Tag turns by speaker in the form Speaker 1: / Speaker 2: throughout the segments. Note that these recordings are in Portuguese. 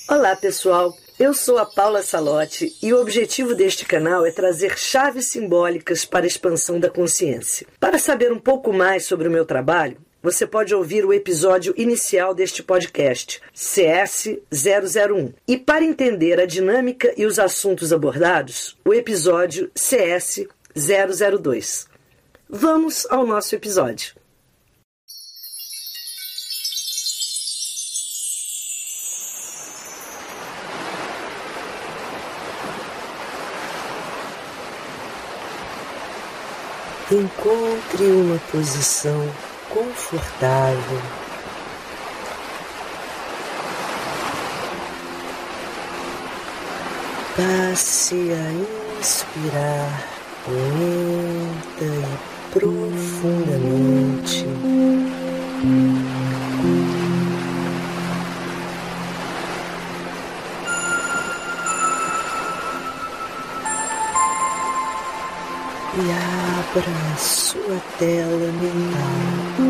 Speaker 1: Olá pessoal, eu sou a Paula Salotti e o objetivo deste canal é trazer chaves simbólicas para a expansão da consciência. Para saber um pouco mais sobre o meu trabalho, você pode ouvir o episódio inicial deste podcast, CS001. E para entender a dinâmica e os assuntos abordados, o episódio CS002. Vamos ao nosso episódio. Encontre uma posição confortável. Passe a inspirar lenta e profundamente. E abra a sua tela mental.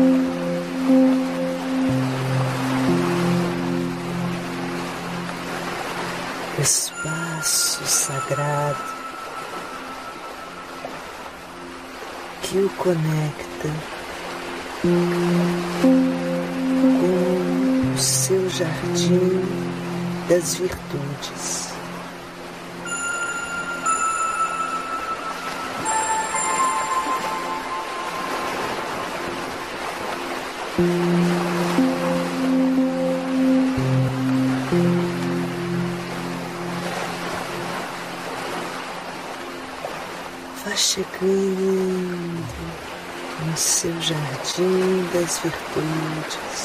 Speaker 1: Espaço sagrado que o conecta com o seu jardim das virtudes. Vá chegando no seu jardim das virtudes.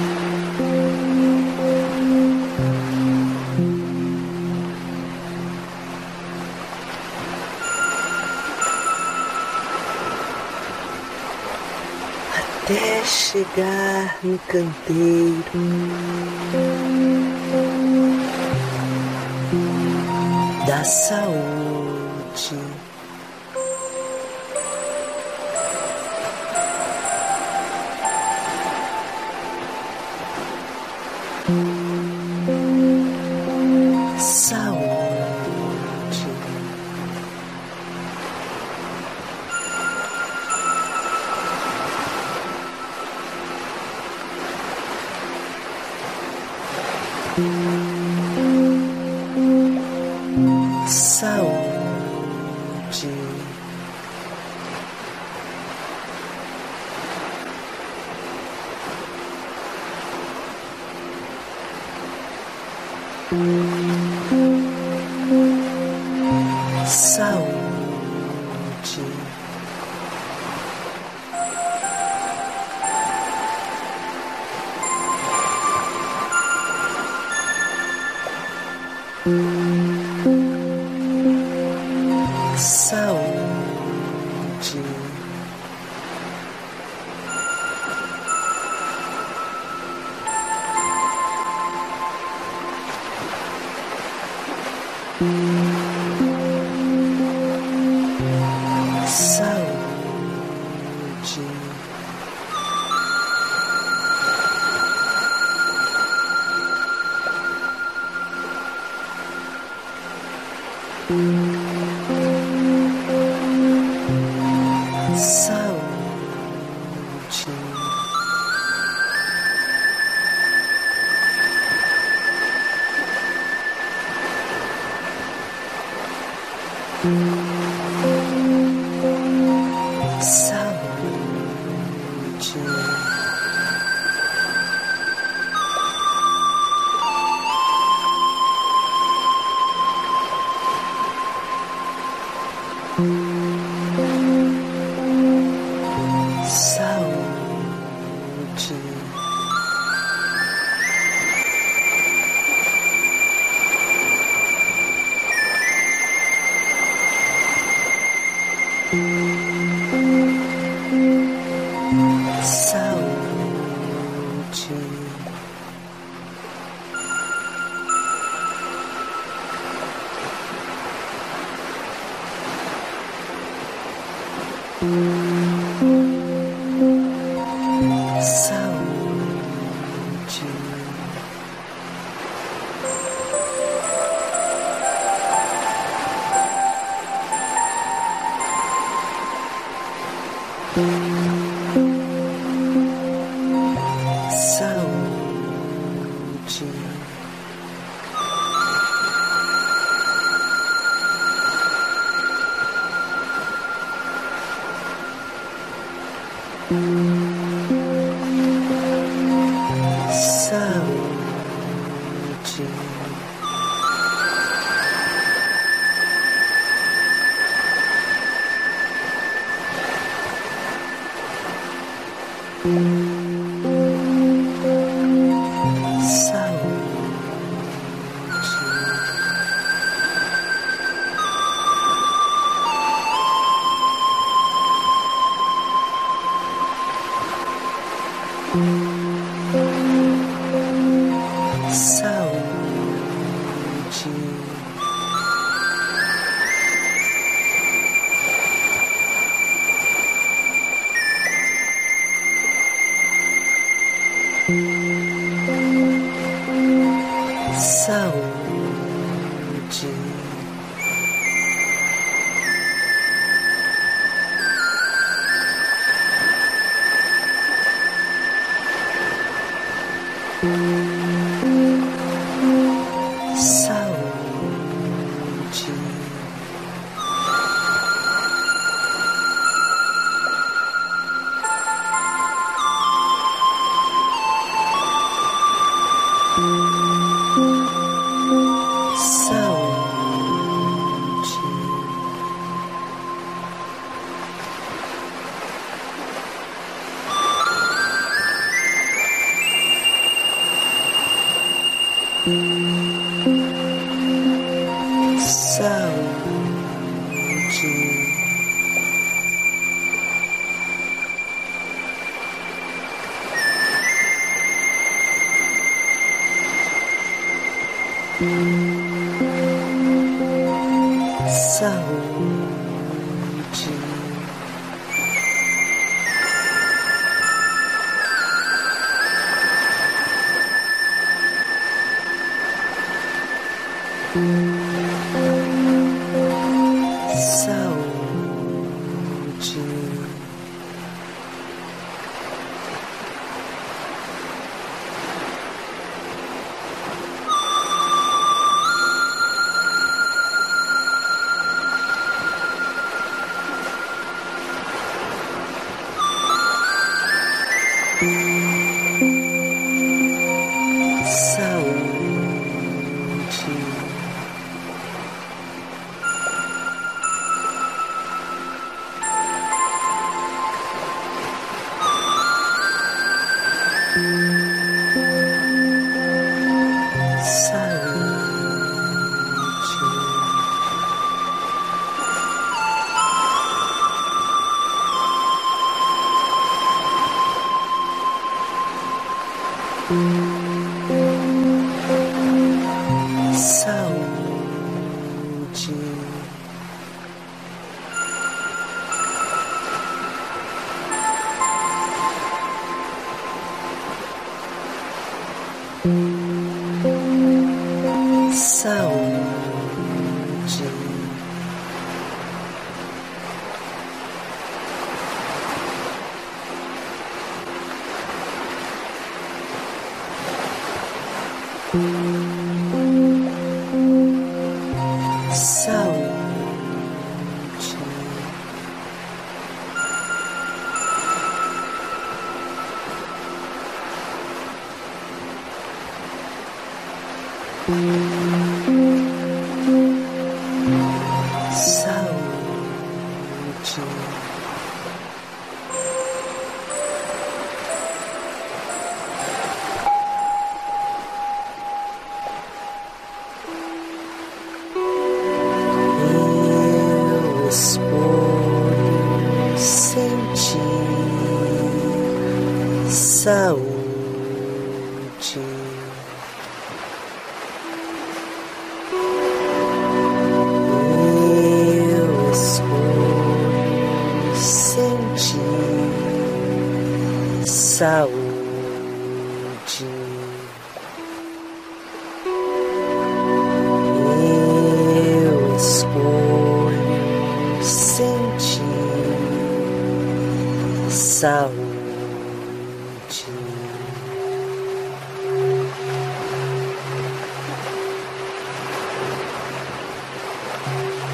Speaker 1: Até chegar no canteiro da saúde. Saúde. Saúde. Saúde. Saúde. Saúde. saúde,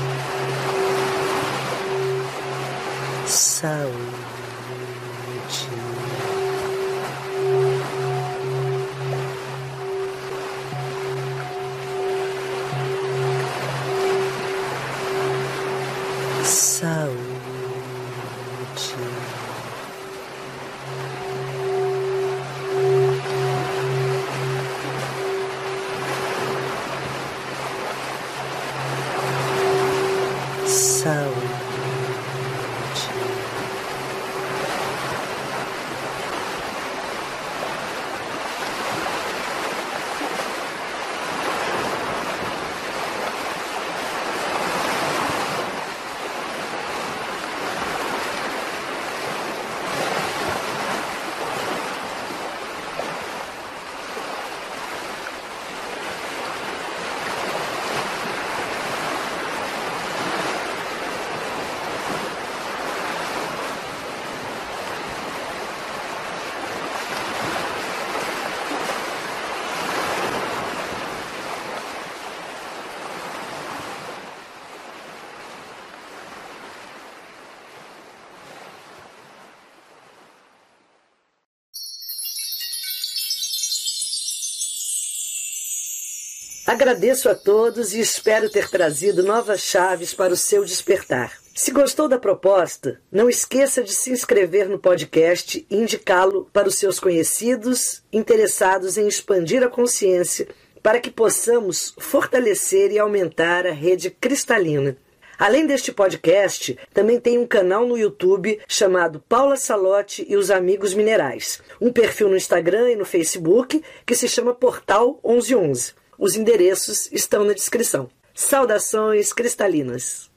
Speaker 1: saúde. Agradeço a todos e espero ter trazido novas chaves para o seu despertar. Se gostou da proposta, não esqueça de se inscrever no podcast e indicá-lo para os seus conhecidos interessados em expandir a consciência para que possamos fortalecer e aumentar a rede cristalina. Além deste podcast, também tem um canal no YouTube chamado Paula Salotti e os Amigos Minerais, um perfil no Instagram e no Facebook que se chama Portal 1111. Os endereços estão na descrição. Saudações cristalinas!